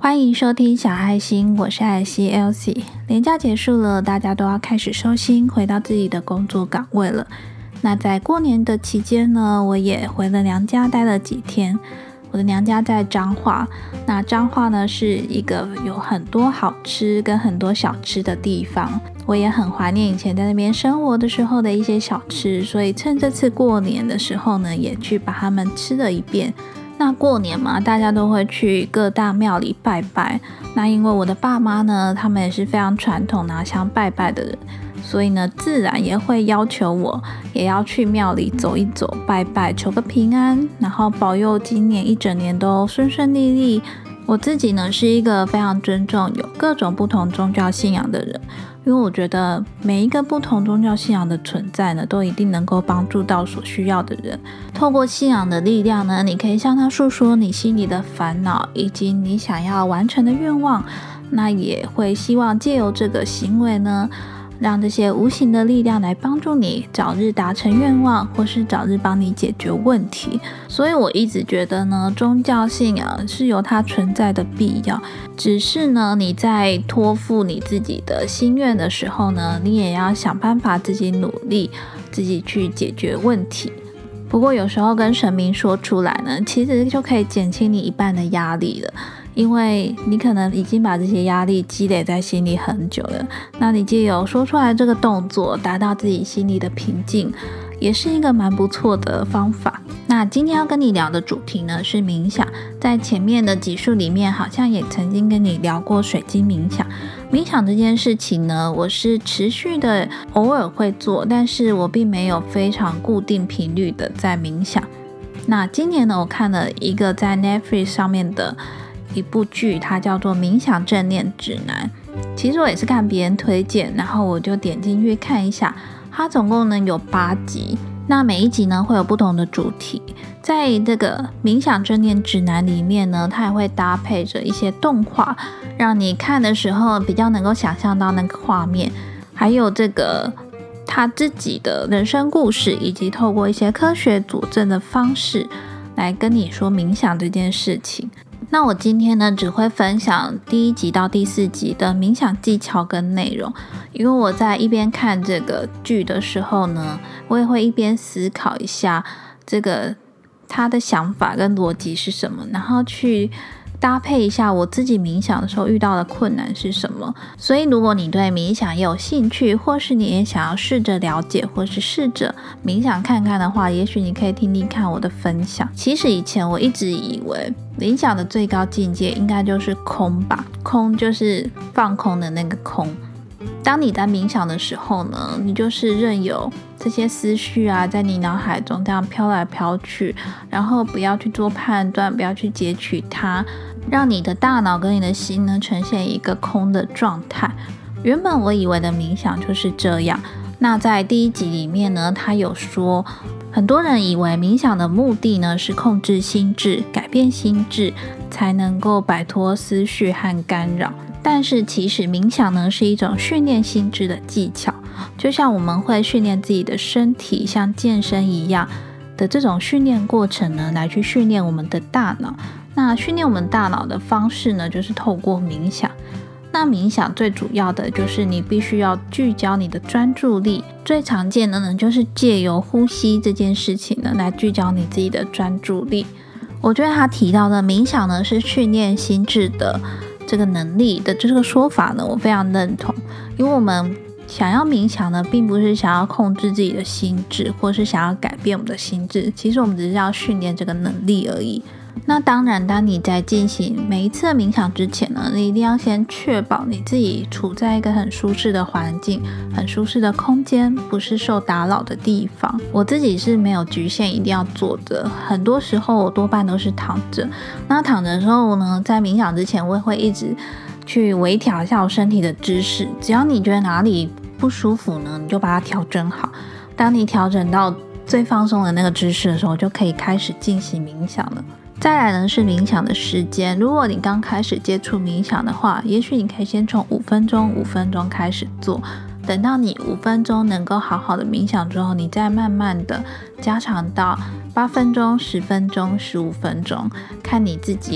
欢迎收听小爱心，我是艾希 Elsie。 连假结束了，大家都要开始收心，回到自己的工作岗位了。那在过年的期间呢，我也回了娘家待了几天。我的娘家在彰化，那彰化呢是一个有很多好吃跟很多小吃的地方，我也很怀念以前在那边生活的时候的一些小吃，所以趁这次过年的时候呢，也去把它们吃了一遍。那过年嘛，大家都会去各大庙里拜拜。那因为我的爸妈呢，他们也是非常传统拿香拜拜的人，所以呢，自然也会要求我也要去庙里走一走，拜拜，求个平安，然后保佑今年一整年都顺顺利利。我自己呢，是一个非常尊重有各种不同宗教信仰的人，因为我觉得每一个不同宗教信仰的存在呢，都一定能够帮助到所需要的人。透过信仰的力量呢，你可以向他诉说你心里的烦恼，以及你想要完成的愿望。那也会希望借由这个行为呢，让这些无形的力量来帮助你早日达成愿望，或是早日帮你解决问题。所以我一直觉得呢，宗教信仰是有它存在的必要，只是呢，你在托付你自己的心愿的时候呢，你也要想办法自己努力，自己去解决问题。不过有时候跟神明说出来呢，其实就可以减轻你一半的压力了，因为你可能已经把这些压力积累在心里很久了，那你藉由说出来这个动作，达到自己心里的平静，也是一个蛮不错的方法。那今天要跟你聊的主题呢是冥想，在前面的集数里面好像也曾经跟你聊过水晶冥想。冥想这件事情呢，我是持续的偶尔会做，但是我并没有非常固定频率的在冥想。那今年呢，我看了一个在 Netflix 上面的一部剧，它叫做《冥想正念指南》。其实我也是看别人推荐，然后我就点进去看一下。它总共呢有8集，那每一集呢会有不同的主题。在这个冥想正念指南里面呢，它也会搭配着一些动画，让你看的时候比较能够想象到那个画面，还有这个他自己的人生故事，以及透过一些科学佐证的方式来跟你说冥想这件事情。那我今天呢，只会分享第1集到第4集的冥想技巧跟内容，因为我在一边看这个剧的时候呢，我也会一边思考一下这个他的想法跟逻辑是什么，然后去搭配一下我自己冥想的时候遇到的困难是什么。所以如果你对冥想也有兴趣，或是你也想要试着了解，或是试着冥想看看的话，也许你可以听听看我的分享。其实以前我一直以为冥想的最高境界应该就是空吧，空就是放空的那个空。当你在冥想的时候呢，你就是任由这些思绪啊，在你脑海中这样飘来飘去，然后不要去做判断，不要去截取它，让你的大脑跟你的心呢呈现一个空的状态。原本我以为的冥想就是这样。那在第1集里面呢，他有说很多人以为冥想的目的呢是控制心智，改变心智，才能够摆脱思绪和干扰。但是其实冥想呢是一种训练心智的技巧，就像我们会训练自己的身体，像健身一样的这种训练过程呢，来去训练我们的大脑。那训练我们大脑的方式呢，就是透过冥想。那冥想最主要的就是你必须要聚焦你的专注力，最常见的呢就是借由呼吸这件事情呢来聚焦你自己的专注力。我觉得他提到的冥想呢是训练心智的这个能力的这个说法呢，我非常认同。因为我们想要冥想呢，并不是想要控制自己的心智，或是想要改变我们的心智，其实我们只是要训练这个能力而已。那当然，当你在进行每一次的冥想之前呢，你一定要先确保你自己处在一个很舒适的环境，很舒适的空间，不是受打扰的地方。我自己是没有局限一定要坐着，很多时候我多半都是躺着。那躺着的时候呢，在冥想之前我也会一直去微调一下我身体的姿势，只要你觉得哪里不舒服呢，你就把它调整好。当你调整到最放松的那个姿势的时候，就可以开始进行冥想了。再来呢是冥想的时间，如果你刚开始接触冥想的话，也许你可以先从5分钟开始做，等到你5分钟能够好好的冥想之后，你再慢慢的加长到8分钟、10分钟、15分钟，看你自己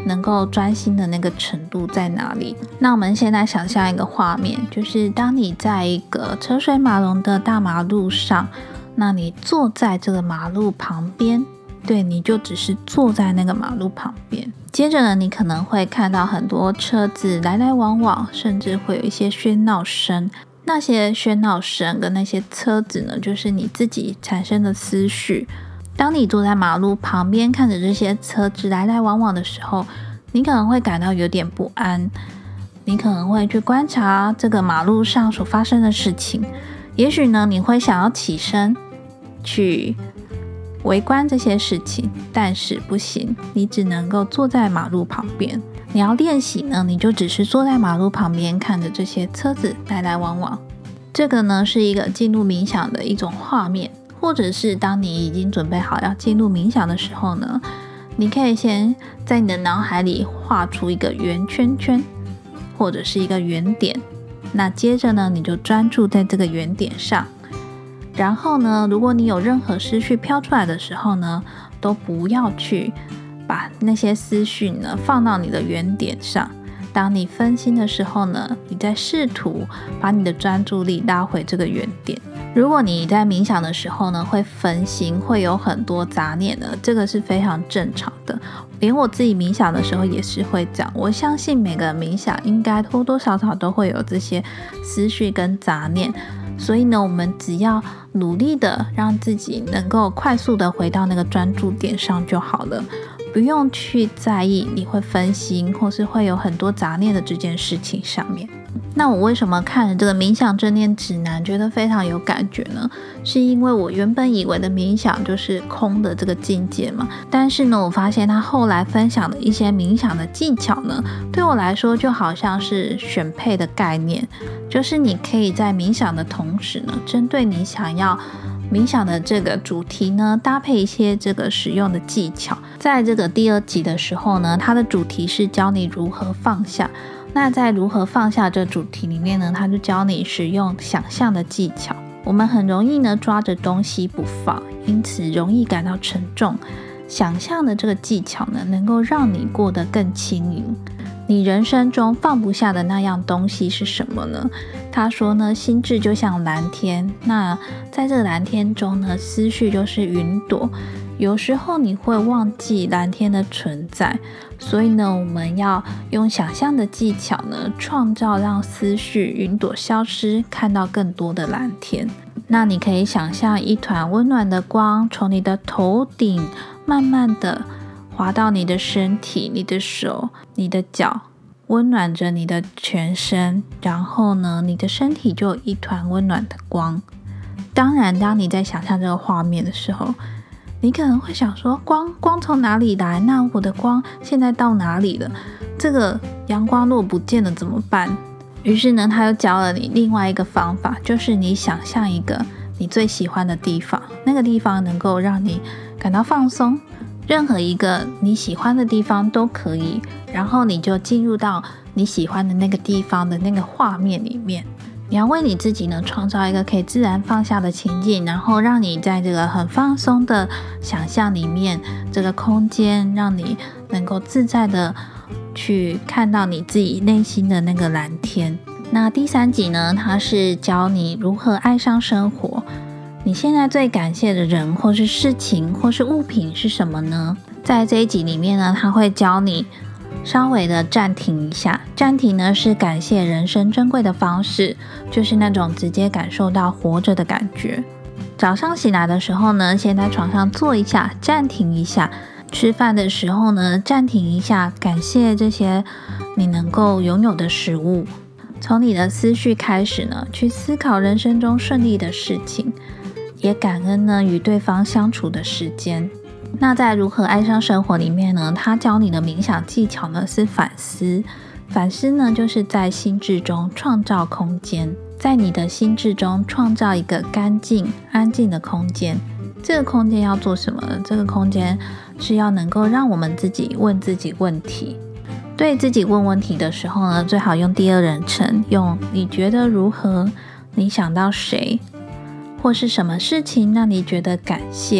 能够专心的那个程度在哪里。那我们现在想象一个画面，就是当你在一个车水马龙的大马路上，那你坐在这个马路旁边，对，你就只是坐在那个马路旁边。接着呢，你可能会看到很多车子来来往往，甚至会有一些喧闹声。那些喧闹声跟那些车子呢，就是你自己产生的思绪。当你坐在马路旁边看着这些车子来来往往的时候，你可能会感到有点不安，你可能会去观察这个马路上所发生的事情。也许呢，你会想要起身去围观这些事情，但是不行，你只能够坐在马路旁边。你要练习呢，你就只是坐在马路旁边看着这些车子来来往往。这个呢是一个进入冥想的一种画面，或者是当你已经准备好要进入冥想的时候呢，你可以先在你的脑海里画出一个圆圈圈，或者是一个圆点。那接着呢，你就专注在这个圆点上。然后呢，如果你有任何思绪飘出来的时候呢，都不要去把那些思绪呢放到你的圆点上。当你分心的时候呢，你在试图把你的专注力拉回这个圆点。如果你在冥想的时候呢会分心，会有很多杂念的，这个是非常正常的。连我自己冥想的时候也是会这样。我相信每个人冥想应该多多少少都会有这些思绪跟杂念，所以呢，我们只要努力的让自己能够快速的回到那个专注点上就好了，不用去在意你会分心或是会有很多杂念的这件事情上面。那我为什么看了这个冥想正念指南觉得非常有感觉呢？是因为我原本以为的冥想就是空的这个境界嘛，但是呢，我发现他后来分享的一些冥想的技巧呢，对我来说就好像是选配的概念，就是你可以在冥想的同时呢，针对你想要冥想的这个主题呢，搭配一些这个使用的技巧。在这个第2集的时候呢，它的主题是教你如何放下。那在如何放下这主题里面呢，它就教你使用想象的技巧。我们很容易呢抓着东西不放，因此容易感到沉重。想象的这个技巧呢，能够让你过得更轻盈。你人生中放不下的那样东西是什么呢？他说呢，心智就像蓝天，那在这个蓝天中呢，思绪就是云朵。有时候你会忘记蓝天的存在，所以呢，我们要用想象的技巧呢，创造让思绪云朵消失，看到更多的蓝天。那你可以想象一团温暖的光从你的头顶慢慢的滑到你的身体，你的手，你的脚，温暖着你的全身，然后呢，你的身体就有一团温暖的光。当然，当你在想象这个画面的时候，你可能会想说，光从哪里来？那我的光现在到哪里了？这个阳光如果不见了怎么办？于是呢，他又教了你另外一个方法，就是你想象一个你最喜欢的地方，那个地方能够让你感到放松，任何一个你喜欢的地方都可以，然后你就进入到你喜欢的那个地方的那个画面里面。你要为你自己呢创造一个可以自然放下的情境，然后让你在这个很放松的想象里面，这个空间让你能够自在的去看到你自己内心的那个蓝天。那第3集呢，它是教你如何爱上生活。你现在最感谢的人或是事情或是物品是什么呢？在这一集里面呢，它会教你稍微的暂停一下。暂停呢是感谢人生珍贵的方式，就是那种直接感受到活着的感觉。早上醒来的时候呢，先在床上坐一下，暂停一下。吃饭的时候呢，暂停一下，感谢这些你能够拥有的食物。从你的思绪开始呢，去思考人生中顺利的事情，也感恩呢与对方相处的时间。那在如何爱上生活里面呢，他教你的冥想技巧呢是反思。反思呢，就是在心智中创造空间，在你的心智中创造一个干净、安静的空间。这个空间要做什么呢？这个空间是要能够让我们自己问自己问题。对自己问问题的时候呢，最好用第2人称，用你觉得如何，你想到谁，或是什么事情让你觉得感谢。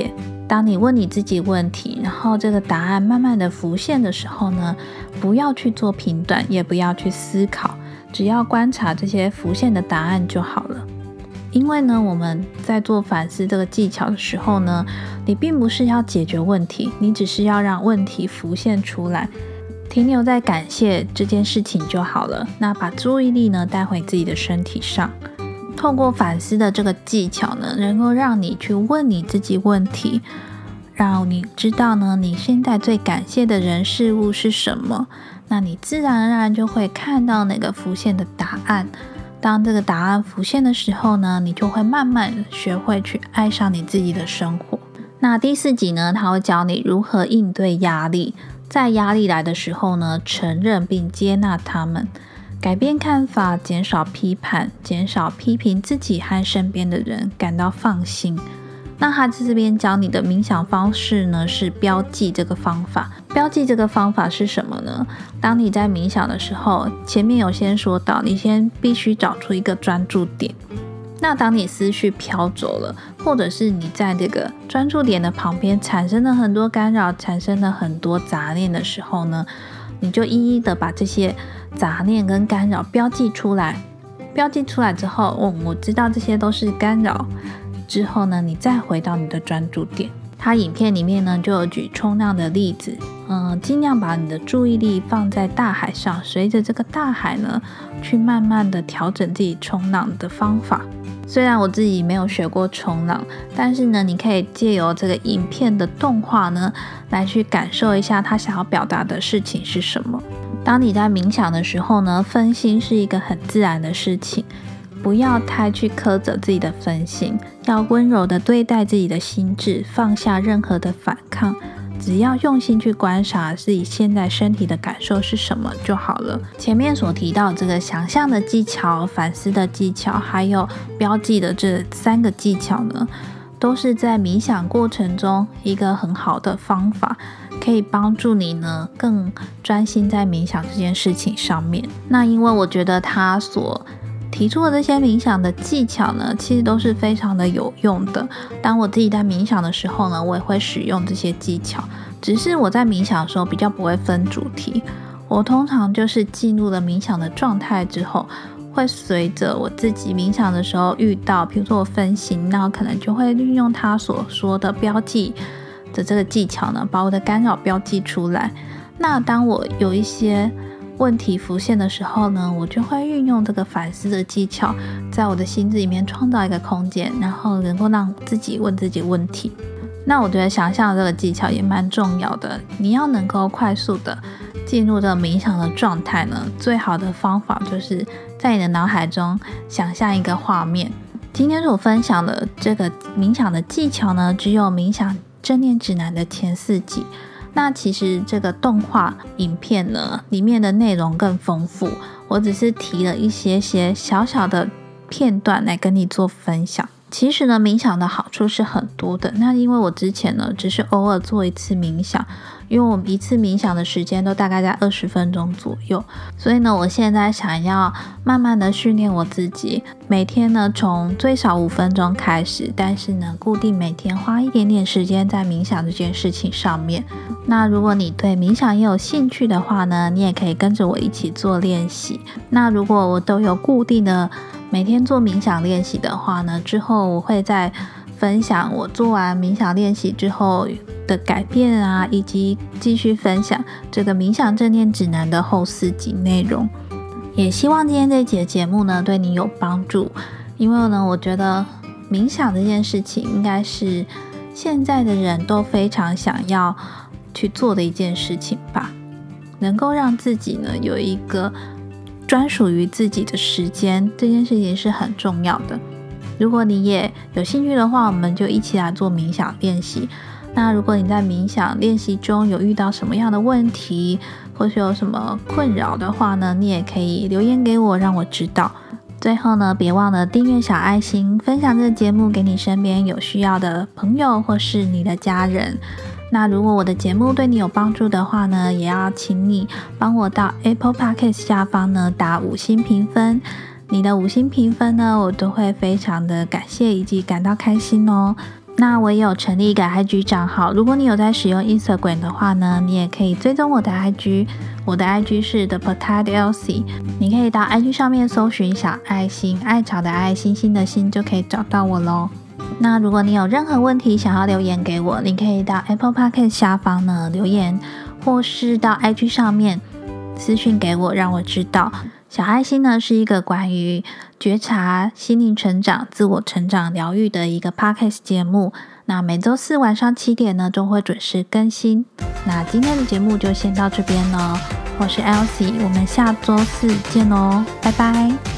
当你问你自己问题，然后这个答案慢慢的浮现的时候呢，不要去做评断，也不要去思考，只要观察这些浮现的答案就好了。因为呢，我们在做反思这个技巧的时候呢，你并不是要解决问题，你只是要让问题浮现出来，停留在感谢这件事情就好了。那把注意力呢带回自己的身体上，透过反思的这个技巧呢，能够让你去问你自己问题，让你知道呢你现在最感谢的人事物是什么，那你自然而然就会看到那个浮现的答案。当这个答案浮现的时候呢，你就会慢慢学会去爱上你自己的生活。那第4集呢，它会教你如何应对压力，在压力来的时候呢，承认并接纳它们，改变看法，减少批判，减少批评自己和身边的人，感到放心。那他在这边教你的冥想方式呢，是标记这个方法。标记这个方法是什么呢？当你在冥想的时候，前面有先说到，你先必须找出一个专注点。那当你思绪飘走了，或者是你在这个专注点的旁边产生了很多干扰，产生了很多杂念的时候呢，你就一一的把这些杂念跟干扰标记出来。标记出来之后，我知道这些都是干扰之后呢，你再回到你的专注点。它影片里面呢就有举冲浪的例子，尽量把你的注意力放在大海上，随着这个大海呢去慢慢的调整自己冲浪的方法。虽然我自己没有学过冲浪，但是呢，你可以借由这个影片的动画呢，来去感受一下他想要表达的事情是什么。当你在冥想的时候呢，分心是一个很自然的事情，不要太去苛责自己的分心，要温柔的对待自己的心智，放下任何的反抗，只要用心去观察自己现在身体的感受是什么就好了。前面所提到这个想象的技巧、反思的技巧，还有标记的这3个技巧呢，都是在冥想过程中一个很好的方法，可以帮助你呢更专心在冥想这件事情上面。那因为我觉得他所提出的这些冥想的技巧呢，其实都是非常的有用的。当我自己在冥想的时候呢，我也会使用这些技巧，只是我在冥想的时候比较不会分主题。我通常就是进入了冥想的状态之后，会随着我自己冥想的时候遇到，比如说我分心，那我可能就会运用他所说的标记的这个技巧呢，把我的干扰标记出来。那当我有一些问题浮现的时候呢，我就会运用这个反思的技巧，在我的心智里面创造一个空间，然后能够让自己问自己问题。那我觉得想象这个技巧也蛮重要的，你要能够快速的进入这个冥想的状态呢，最好的方法就是在你的脑海中想象一个画面。今天所分享的这个冥想的技巧呢，只有冥想正念指南的前4集。那其实这个动画影片呢，里面的内容更丰富，我只是提了一些小小的片段来跟你做分享。其实呢，冥想的好处是很多的。那因为我之前呢，只是偶尔做一次冥想，因为我们一次冥想的时间都大概在20分钟左右，所以呢，我现在想要慢慢的训练我自己，每天呢从最少5分钟开始，但是呢，固定每天花一点点时间在冥想这件事情上面。那如果你对冥想也有兴趣的话呢，你也可以跟着我一起做练习。那如果我都有固定的每天做冥想练习的话呢，之后我会再分享我做完冥想练习之后的改变啊，以及继续分享这个冥想正念指南的后4集内容。也希望今天这集的节目呢对你有帮助，因为呢我觉得冥想这件事情应该是现在的人都非常想要去做的一件事情吧，能够让自己呢有一个专属于自己的时间，这件事情是很重要的。如果你也有兴趣的话，我们就一起来做冥想练习。那如果你在冥想练习中有遇到什么样的问题，或是有什么困扰的话呢，你也可以留言给我，让我知道。最后呢，别忘了订阅小爱心，分享这个节目给你身边有需要的朋友或是你的家人。那如果我的节目对你有帮助的话呢，也要请你帮我到 Apple Podcast 下方呢打5星评分。你的5星评分呢，我都会非常的感谢以及感到开心哦。 那我也有成立一个 IG 账号，如果你有在使用 Instagram 的话呢，你也可以追踪我的 IG， 我的 IG 是 The Potato Elsie， 你可以到 IG 上面搜寻小爱心，爱草的爱，星星的星，就可以找到我咯。那如果你有任何问题想要留言给我，你可以到 Apple Podcast 下方呢留言，或是到 IG 上面私讯给我，让我知道。小爱心呢是一个关于觉察、心灵成长、自我成长、疗愈的一个 Podcast 节目。那每周四晚上7点呢都会准时更新。那今天的节目就先到这边咯，我是 Elsie， 我们下周四见咯，拜拜。